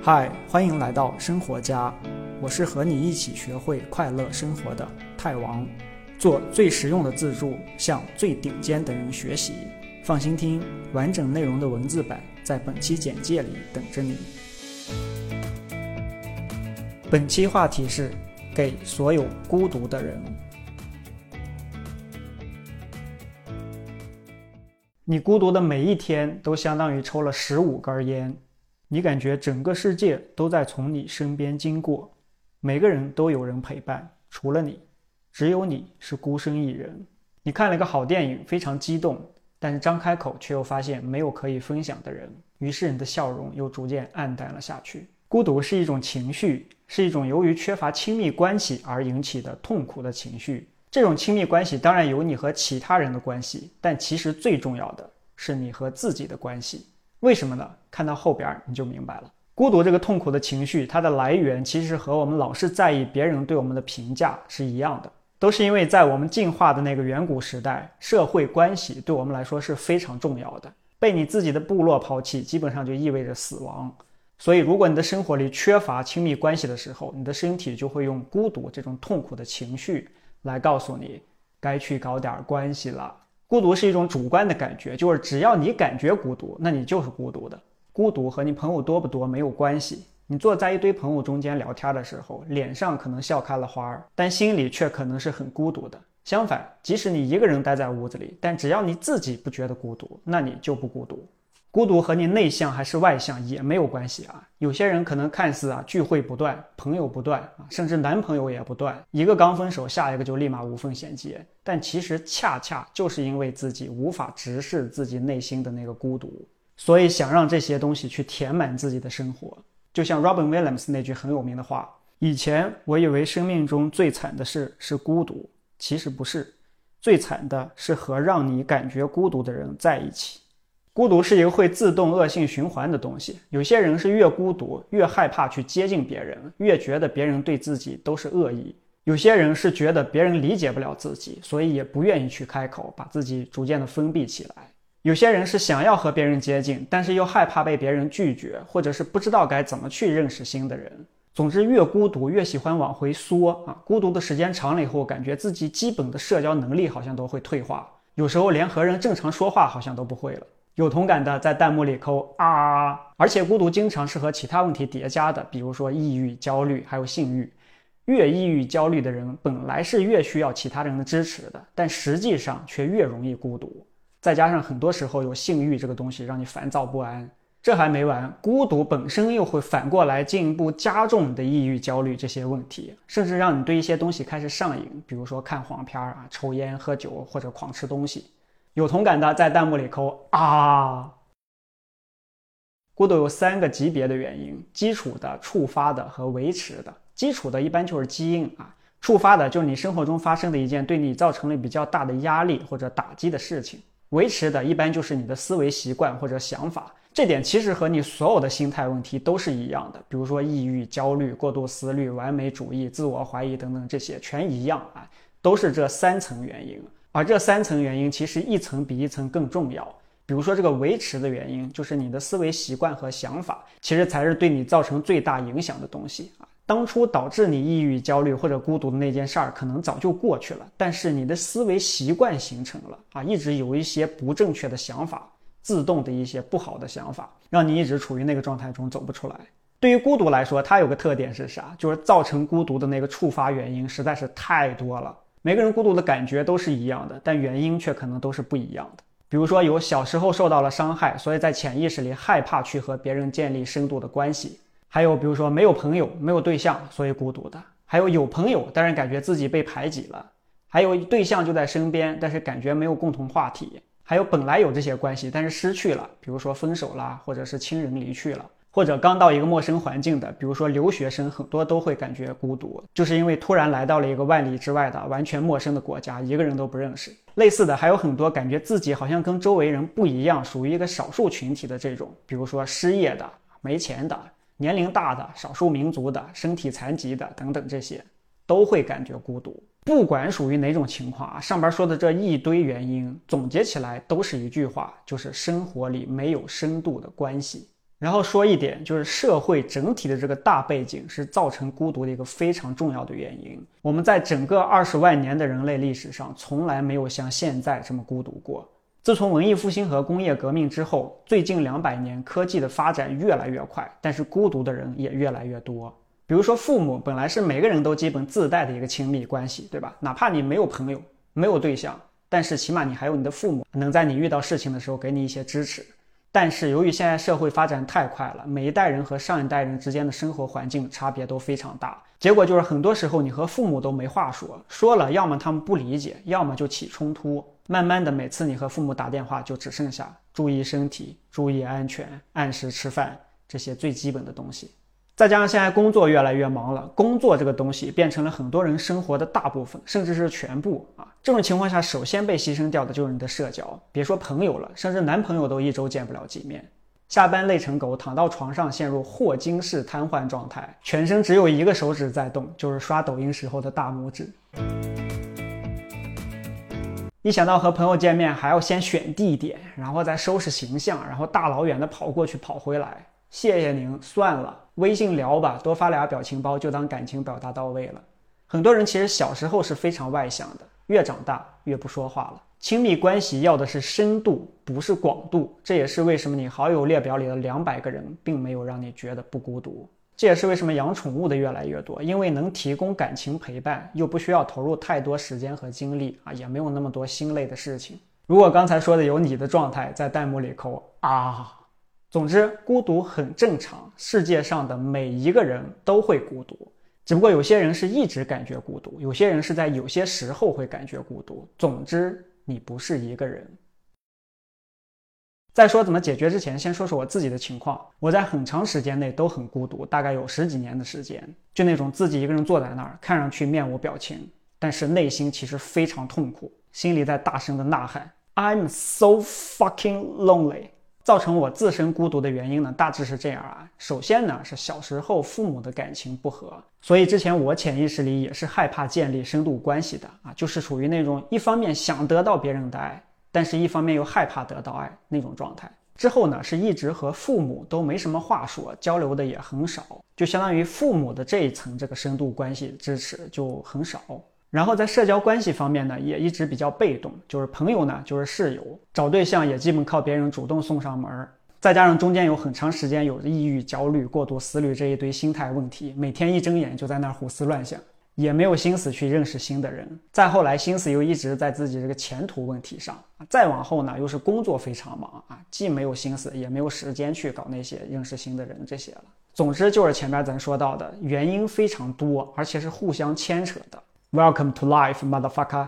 嗨，欢迎来到生活家，我是和你一起学会快乐生活的泰王，做最实用的自助，向最顶尖的人学习。放心听，完整内容的文字版在本期简介里等着你。本期话题是给所有孤独的人。你孤独的每一天都相当于抽了15根烟，你感觉整个世界都在从你身边经过，每个人都有人陪伴，除了你，只有你是孤身一人。你看了一个好电影，非常激动，但是张开口却又发现没有可以分享的人，于是你的笑容又逐渐暗淡了下去。孤独是一种情绪，是一种由于缺乏亲密关系而引起的痛苦的情绪。这种亲密关系当然有你和其他人的关系，但其实最重要的是你和自己的关系。为什么呢？看到后边你就明白了。孤独这个痛苦的情绪，它的来源其实和我们老是在意别人对我们的评价是一样的，都是因为在我们进化的那个远古时代，社会关系对我们来说是非常重要的。被你自己的部落抛弃，基本上就意味着死亡。所以如果你的生活里缺乏亲密关系的时候，你的身体就会用孤独这种痛苦的情绪来告诉你该去搞点关系了。孤独是一种主观的感觉，就是只要你感觉孤独，那你就是孤独的。孤独和你朋友多不多没有关系，你坐在一堆朋友中间聊天的时候，脸上可能笑开了花，但心里却可能是很孤独的。相反，即使你一个人待在屋子里，但只要你自己不觉得孤独，那你就不孤独。孤独和你内向还是外向也没有关系啊。有些人可能看似聚会不断，朋友不断，甚至男朋友也不断，一个刚分手，下一个就立马无缝衔接，但其实恰恰就是因为自己无法直视自己内心的那个孤独，所以想让这些东西去填满自己的生活。就像 Robin Williams 那句很有名的话，以前我以为生命中最惨的事是孤独，其实不是，最惨的是和让你感觉孤独的人在一起。孤独是一个会自动恶性循环的东西，有些人是越孤独越害怕去接近别人，越觉得别人对自己都是恶意。有些人是觉得别人理解不了自己，所以也不愿意去开口，把自己逐渐的封闭起来。有些人是想要和别人接近，但是又害怕被别人拒绝，或者是不知道该怎么去认识新的人。总之越孤独越喜欢往回缩孤独的时间长了以后，感觉自己基本的社交能力好像都会退化，有时候连和人正常说话好像都不会了。有同感的在弹幕里扣啊！而且孤独经常是和其他问题叠加的，比如说抑郁、焦虑还有性欲。越抑郁焦虑的人本来是越需要其他人的支持的，但实际上却越容易孤独。再加上很多时候有性欲这个东西让你烦躁不安。这还没完，孤独本身又会反过来进一步加重你的抑郁焦虑这些问题，甚至让你对一些东西开始上瘾，比如说看黄片抽烟喝酒或者狂吃东西。有同感的在弹幕里扣啊！孤独有3个级别的原因：基础的、触发的和维持的。基础的一般就是基因触发的就是你生活中发生的一件对你造成了比较大的压力或者打击的事情。维持的一般就是你的思维习惯或者想法，这点其实和你所有的心态问题都是一样的，比如说抑郁、焦虑、过度思虑、完美主义、自我怀疑等等，这些全一样都是这3层原因。而这3层原因其实一层比一层更重要。比如说这个维持的原因，就是你的思维习惯和想法其实才是对你造成最大影响的东西当初导致你抑郁、焦虑或者孤独的那件事儿可能早就过去了，但是你的思维习惯形成了一直有一些不正确的想法，自动的一些不好的想法，让你一直处于那个状态中走不出来。对于孤独来说，它有个特点是啥？就是造成孤独的那个触发原因实在是太多了。每个人孤独的感觉都是一样的，但原因却可能都是不一样的。比如说有小时候受到了伤害，所以在潜意识里害怕去和别人建立深度的关系。还有比如说没有朋友、没有对象，所以孤独的。还有朋友，但是感觉自己被排挤了。还有对象就在身边，但是感觉没有共同话题。还有本来有这些关系，但是失去了，比如说分手啦，或者是亲人离去了。或者刚到一个陌生环境的，比如说留学生，很多都会感觉孤独，就是因为突然来到了一个万里之外的完全陌生的国家，一个人都不认识。类似的还有很多感觉自己好像跟周围人不一样，属于一个少数群体的这种，比如说失业的、没钱的、年龄大的、少数民族的、身体残疾的等等，这些都会感觉孤独。不管属于哪种情况上边说的这一堆原因总结起来都是一句话，就是生活里没有深度的关系。 然后说一点，就是社会整体的这个大背景是造成孤独的一个非常重要的原因。我们在整个20万年的人类历史上，从来没有像现在这么孤独过。自从文艺复兴和工业革命之后，最近200年科技的发展越来越快，但是孤独的人也越来越多。比如说父母本来是每个人都基本自带的一个亲密关系，对吧？哪怕你没有朋友，没有对象，但是起码你还有你的父母，能在你遇到事情的时候给你一些支持。但是由于现在社会发展太快了，每一代人和上一代人之间的生活环境差别都非常大，结果就是很多时候你和父母都没话说，说了要么他们不理解，要么就起冲突。慢慢的每次你和父母打电话就只剩下注意身体、注意安全、按时吃饭这些最基本的东西。再加上现在工作越来越忙了，工作这个东西变成了很多人生活的大部分，甚至是全部啊。这种情况下，首先被牺牲掉的就是你的社交，别说朋友了，甚至男朋友都1周见不了几面。下班累成狗，躺到床上陷入霍金式瘫痪状态，全身只有一个手指在动，就是刷抖音时候的大拇指。一想到和朋友见面还要先选地点，然后再收拾形象，然后大老远的跑过去跑回来，谢谢您，算了，微信聊吧，多发俩表情包就当感情表达到位了。很多人其实小时候是非常外向的，越长大越不说话了。亲密关系要的是深度，不是广度，这也是为什么你好友列表里的200个人并没有让你觉得不孤独。这也是为什么养宠物的越来越多，因为能提供感情陪伴，又不需要投入太多时间和精力啊，也没有那么多心累的事情。如果刚才说的有你的状态，在弹幕里扣啊。总之，孤独很正常，世界上的每一个人都会孤独，只不过有些人是一直感觉孤独，有些人是在有些时候会感觉孤独。总之，你不是一个人。在说怎么解决之前，先说说我自己的情况。我在很长时间内都很孤独，大概有10几年的时间，就那种自己一个人坐在那儿，看上去面无表情，但是内心其实非常痛苦，心里在大声的呐喊 I'm so fucking lonely。 造成我自身孤独的原因呢，大致是这样啊。首先呢，是小时候父母的感情不和，所以之前我潜意识里也是害怕建立深度关系的啊，就是属于那种一方面想得到别人的爱，但是一方面又害怕得到爱那种状态。之后呢，是一直和父母都没什么话说，交流的也很少，就相当于父母的这一层这个深度关系支持就很少。然后在社交关系方面呢，也一直比较被动，就是朋友呢就是室友，找对象也基本靠别人主动送上门。再加上中间有很长时间有抑郁、焦虑、过度思虑这一堆心态问题，每天一睁眼就在那儿胡思乱想，也没有心思去认识新的人。再后来心思又一直在自己这个前途问题上，再往后呢又是工作非常忙啊，既没有心思也没有时间去搞那些认识新的人这些了。总之就是前面咱说到的原因非常多，而且是互相牵扯的。Welcome to life, motherfucker。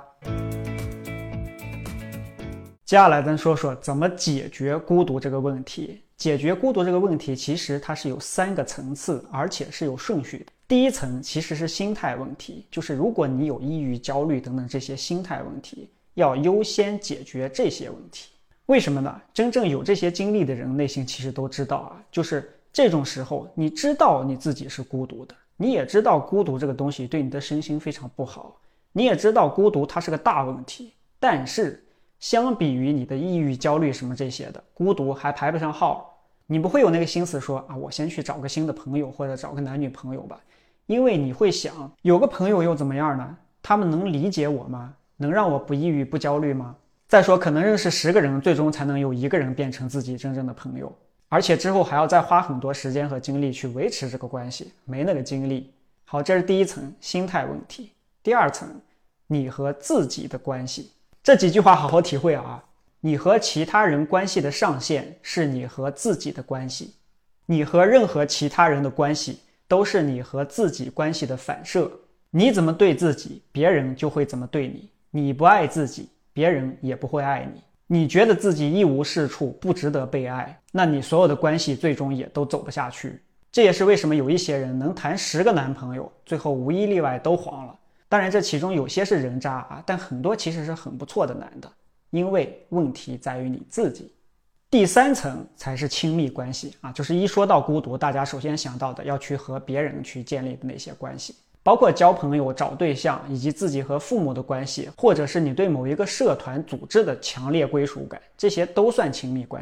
接下来咱说说怎么解决孤独这个问题。解决孤独这个问题其实它是有3个层次，而且是有顺序的。第一层其实是心态问题，就是如果你有抑郁、焦虑等等这些心态问题，要优先解决这些问题。为什么呢？真正有这些经历的人内心其实都知道啊，就是这种时候你知道你自己是孤独的，你也知道孤独这个东西对你的身心非常不好，你也知道孤独它是个大问题，但是相比于你的抑郁、焦虑什么这些的，孤独还排不上号。你不会有那个心思说啊，我先去找个新的朋友或者找个男女朋友吧，因为你会想，有个朋友又怎么样呢？他们能理解我吗？能让我不抑郁、不焦虑吗？再说可能认识10个人，最终才能有1个人变成自己真正的朋友，而且之后还要再花很多时间和精力去维持这个关系，没那个精力。好，这是第一层心态问题。第二层，你和自己的关系。这几句话好好体会啊。你和其他人关系的上限是你和自己的关系，你和任何其他人的关系都是你和自己关系的反射。你怎么对自己，别人就会怎么对你。你不爱自己，别人也不会爱你。你觉得自己一无是处，不值得被爱，那你所有的关系最终也都走不下去。这也是为什么有一些人能谈10个男朋友，最后无一例外都黄了。当然这其中有些是人渣啊，但很多其实是很不错的男的，因为问题在于你自己。第3层才是亲密关系啊，就是一说到孤独，大家首先想到的要去和别人去建立的那些关系，包括交朋友、找对象，以及自己和父母的关系，或者是你对某一个社团组织的强烈归属感，这些都算亲密关系。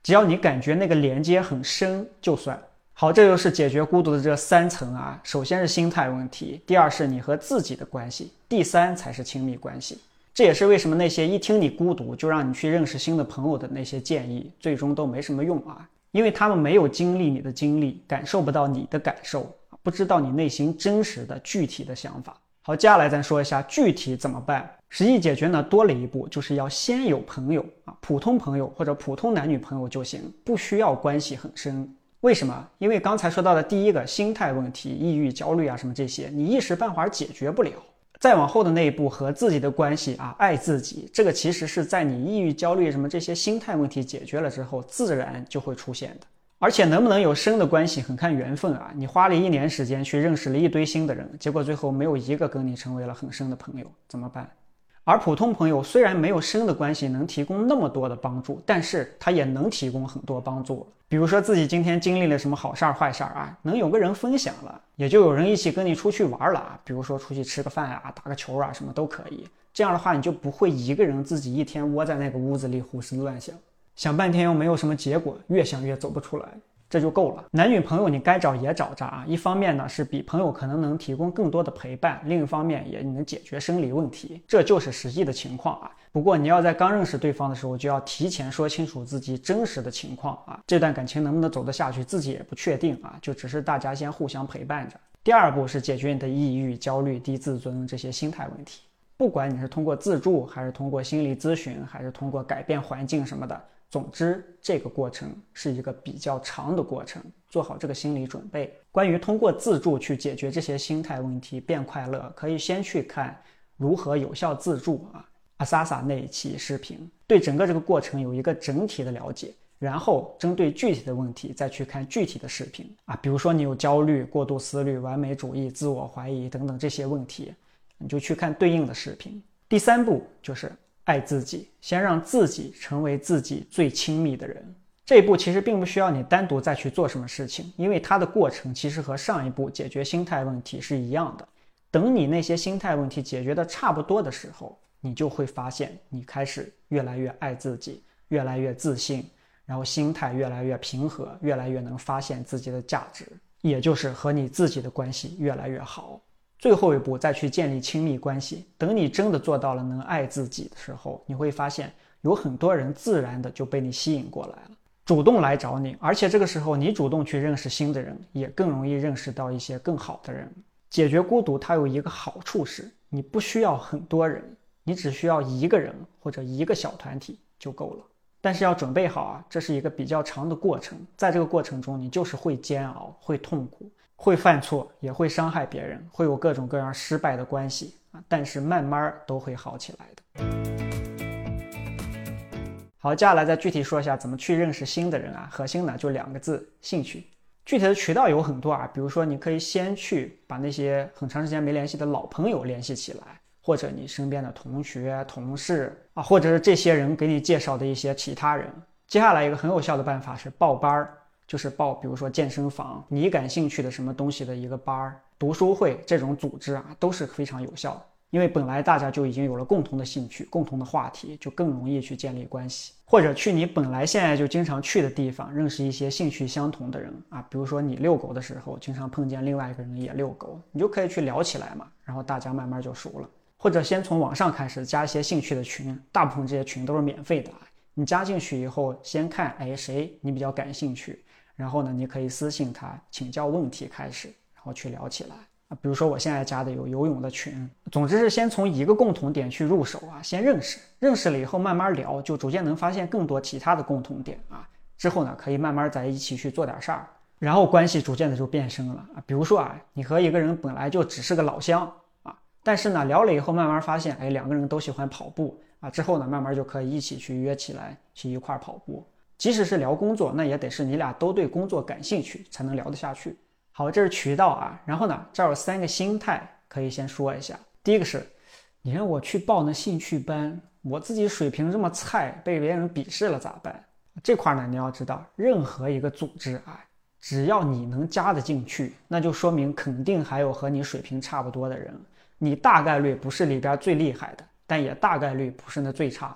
只要你感觉那个连接很深就算。好，这就是解决孤独的这3层啊。首先是心态问题，第二是你和自己的关系，第3才是亲密关系。这也是为什么那些一听你孤独就让你去认识新的朋友的那些建议最终都没什么用啊，因为他们没有经历你的经历，感受不到你的感受，不知道你内心真实的具体的想法。好，接下来咱说一下具体怎么办。实际解决呢多了一步，就是要先有朋友啊，普通朋友或者普通男女朋友就行，不需要关系很深。为什么？因为刚才说到的第一个心态问题，抑郁、焦虑啊什么这些，你一时半会儿解决不了。再往后的那一步和自己的关系啊，爱自己，这个其实是在你抑郁、焦虑什么这些心态问题解决了之后，自然就会出现的。而且能不能有深的关系很看缘分啊，你花了1年时间去认识了一堆新的人，结果最后没有一个跟你成为了很深的朋友，怎么办？而普通朋友虽然没有深的关系能提供那么多的帮助，但是他也能提供很多帮助。比如说自己今天经历了什么好事儿坏事儿啊，能有个人分享了，也就有人一起跟你出去玩了啊，比如说出去吃个饭啊，打个球啊，什么都可以。这样的话你就不会一个人自己一天窝在那个屋子里胡思乱想，想半天又没有什么结果，越想越走不出来，这就够了。男女朋友你该找也找着啊，一方面呢是比朋友可能能提供更多的陪伴，另一方面也能解决生理问题，这就是实际的情况啊。不过你要在刚认识对方的时候就要提前说清楚自己真实的情况啊，这段感情能不能走得下去自己也不确定啊，就只是大家先互相陪伴着。第二步是解决你的抑郁、焦虑、低自尊这些心态问题，不管你是通过自助还是通过心理咨询还是通过改变环境什么的，总之这个过程是一个比较长的过程，做好这个心理准备。关于通过自助去解决这些心态问题变快乐，可以先去看如何有效自助啊，阿萨萨那一期视频，对整个这个过程有一个整体的了解，然后针对具体的问题再去看具体的视频啊，比如说你有焦虑、过度思虑、完美主义、自我怀疑等等这些问题，你就去看对应的视频。第3步就是爱自己，先让自己成为自己最亲密的人。这一步其实并不需要你单独再去做什么事情，因为它的过程其实和上一步解决心态问题是一样的。等你那些心态问题解决的差不多的时候，你就会发现你开始越来越爱自己，越来越自信，然后心态越来越平和，越来越能发现自己的价值，也就是和你自己的关系越来越好。最后一步再去建立亲密关系，等你真的做到了能爱自己的时候，你会发现有很多人自然的就被你吸引过来了，主动来找你，而且这个时候你主动去认识新的人，也更容易认识到一些更好的人。解决孤独它有一个好处是，你不需要很多人，你只需要一个人或者一个小团体就够了。但是要准备好啊，这是一个比较长的过程，在这个过程中你就是会煎熬，会痛苦，会犯错，也会伤害别人，会有各种各样失败的关系啊，但是慢慢都会好起来的。好，接下来再具体说一下怎么去认识新的人啊，核心呢就2个字：兴趣。具体的渠道有很多啊，比如说你可以先去把那些很长时间没联系的老朋友联系起来，或者你身边的同学、同事啊，或者是这些人给你介绍的一些其他人。接下来一个很有效的办法是报班，就是报比如说健身房，你感兴趣的什么东西的一个班，读书会这种组织啊，都是非常有效的。因为本来大家就已经有了共同的兴趣、共同的话题，就更容易去建立关系。或者去你本来现在就经常去的地方，认识一些兴趣相同的人啊，比如说你遛狗的时候经常碰见另外一个人也遛狗，你就可以去聊起来嘛，然后大家慢慢就熟了。或者先从网上开始加一些兴趣的群，大部分这些群都是免费的，你加进去以后先看谁你比较感兴趣，然后呢你可以私信他请教问题开始，然后去聊起来。比如说我现在加的有游泳的群，总之是先从一个共同点去入手啊，先认识了以后慢慢聊，就逐渐能发现更多其他的共同点啊。之后呢可以慢慢在一起去做点事儿，然后关系逐渐的就变深了啊。比如说啊，你和一个人本来就只是个老乡啊，但是呢聊了以后慢慢发现2个人都喜欢跑步啊，之后呢慢慢就可以一起去约起来去一块跑步。即使是聊工作，那也得是你俩都对工作感兴趣才能聊得下去。好，这是渠道啊。然后呢，这儿有3个心态可以先说一下。第一个是，你让我去报那兴趣班，我自己水平这么菜，被别人鄙视了咋办？这块呢，你要知道，任何一个组织啊，只要你能加得进去，那就说明肯定还有和你水平差不多的人。你大概率不是里边最厉害的，但也大概率不是那最差的。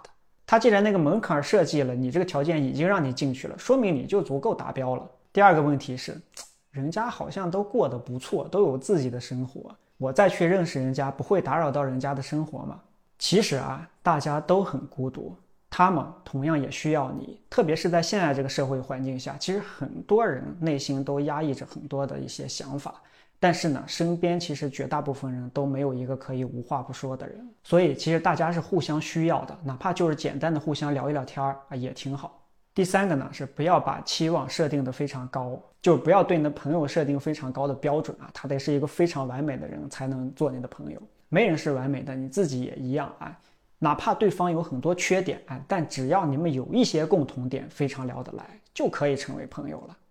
他既然那个门槛设计了，你这个条件已经让你进去了，说明你就足够达标了。第二个问题是，人家好像都过得不错，都有自己的生活，我再去认识人家，不会打扰到人家的生活吗？其实啊，大家都很孤独，他们同样也需要你，特别是在现在这个社会环境下，其实很多人内心都压抑着很多的一些想法，但是呢，身边其实绝大部分人都没有一个可以无话不说的人，所以其实大家是互相需要的，哪怕就是简单的互相聊一聊天啊，也挺好。第三个呢，是不要把期望设定的非常高，就是不要对你的朋友设定非常高的标准啊，他得是一个非常完美的人才能做你的朋友，没人是完美的，你自己也一样啊。哪怕对方有很多缺点啊，但只要你们有一些共同点，非常聊得来，就可以成为朋友了。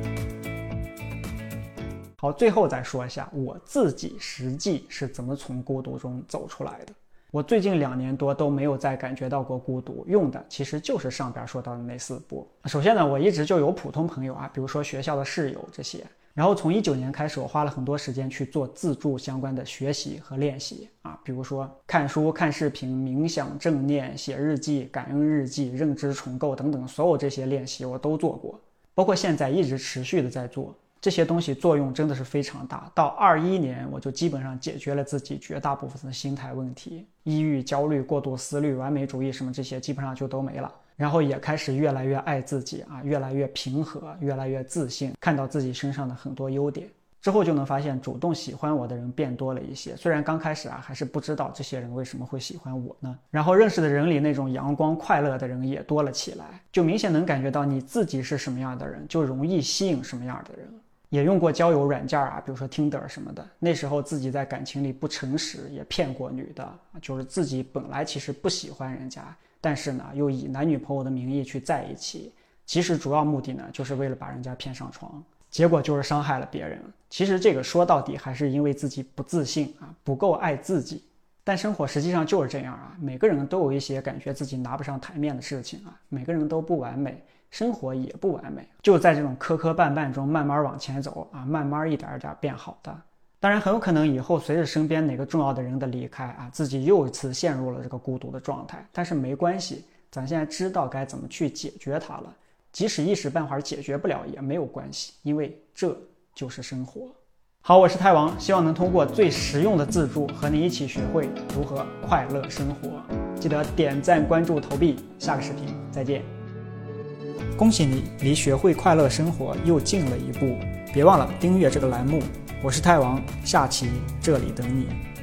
好，最后再说一下我自己实际是怎么从孤独中走出来的。我最近2年多都没有再感觉到过孤独，用的其实就是上边说到的那4步。首先呢，我一直就有普通朋友啊，比如说学校的室友这些。然后从19年开始，我花了很多时间去做自助相关的学习和练习啊，比如说看书、看视频、冥想、正念、写日记、感恩日记、认知重构等等，所有这些练习我都做过，包括现在一直持续的在做。这些东西作用真的是非常大，到21年我就基本上解决了自己绝大部分的心态问题，抑郁、焦虑、过度思虑、完美主义什么这些基本上就都没了，然后也开始越来越爱自己啊，越来越平和，越来越自信，看到自己身上的很多优点。之后就能发现主动喜欢我的人变多了一些，虽然刚开始啊还是不知道这些人为什么会喜欢我呢。然后认识的人里那种阳光快乐的人也多了起来，就明显能感觉到你自己是什么样的人，就容易吸引什么样的人。也用过交友软件啊，比如说 Tinder 什么的，那时候自己在感情里不诚实，也骗过女的，就是自己本来其实不喜欢人家，但是呢又以男女朋友的名义去在一起，其实主要目的呢就是为了把人家骗上床，结果就是伤害了别人。其实这个说到底还是因为自己不自信啊，不够爱自己。但生活实际上就是这样啊，每个人都有一些感觉自己拿不上台面的事情啊，每个人都不完美，生活也不完美，就在这种磕磕绊绊中慢慢往前走啊，慢慢一点一点变好的。当然很有可能以后随着身边哪个重要的人的离开啊，自己又一次陷入了这个孤独的状态，但是没关系，咱现在知道该怎么去解决它了，即使一时半会儿解决不了也没有关系，因为这就是生活。好，我是太王，希望能通过最实用的自助和你一起学会如何快乐生活。记得点赞、关注、投币，下个视频再见。恭喜你离学会快乐生活又近了一步，别忘了订阅这个栏目。我是太王，下期这里等你。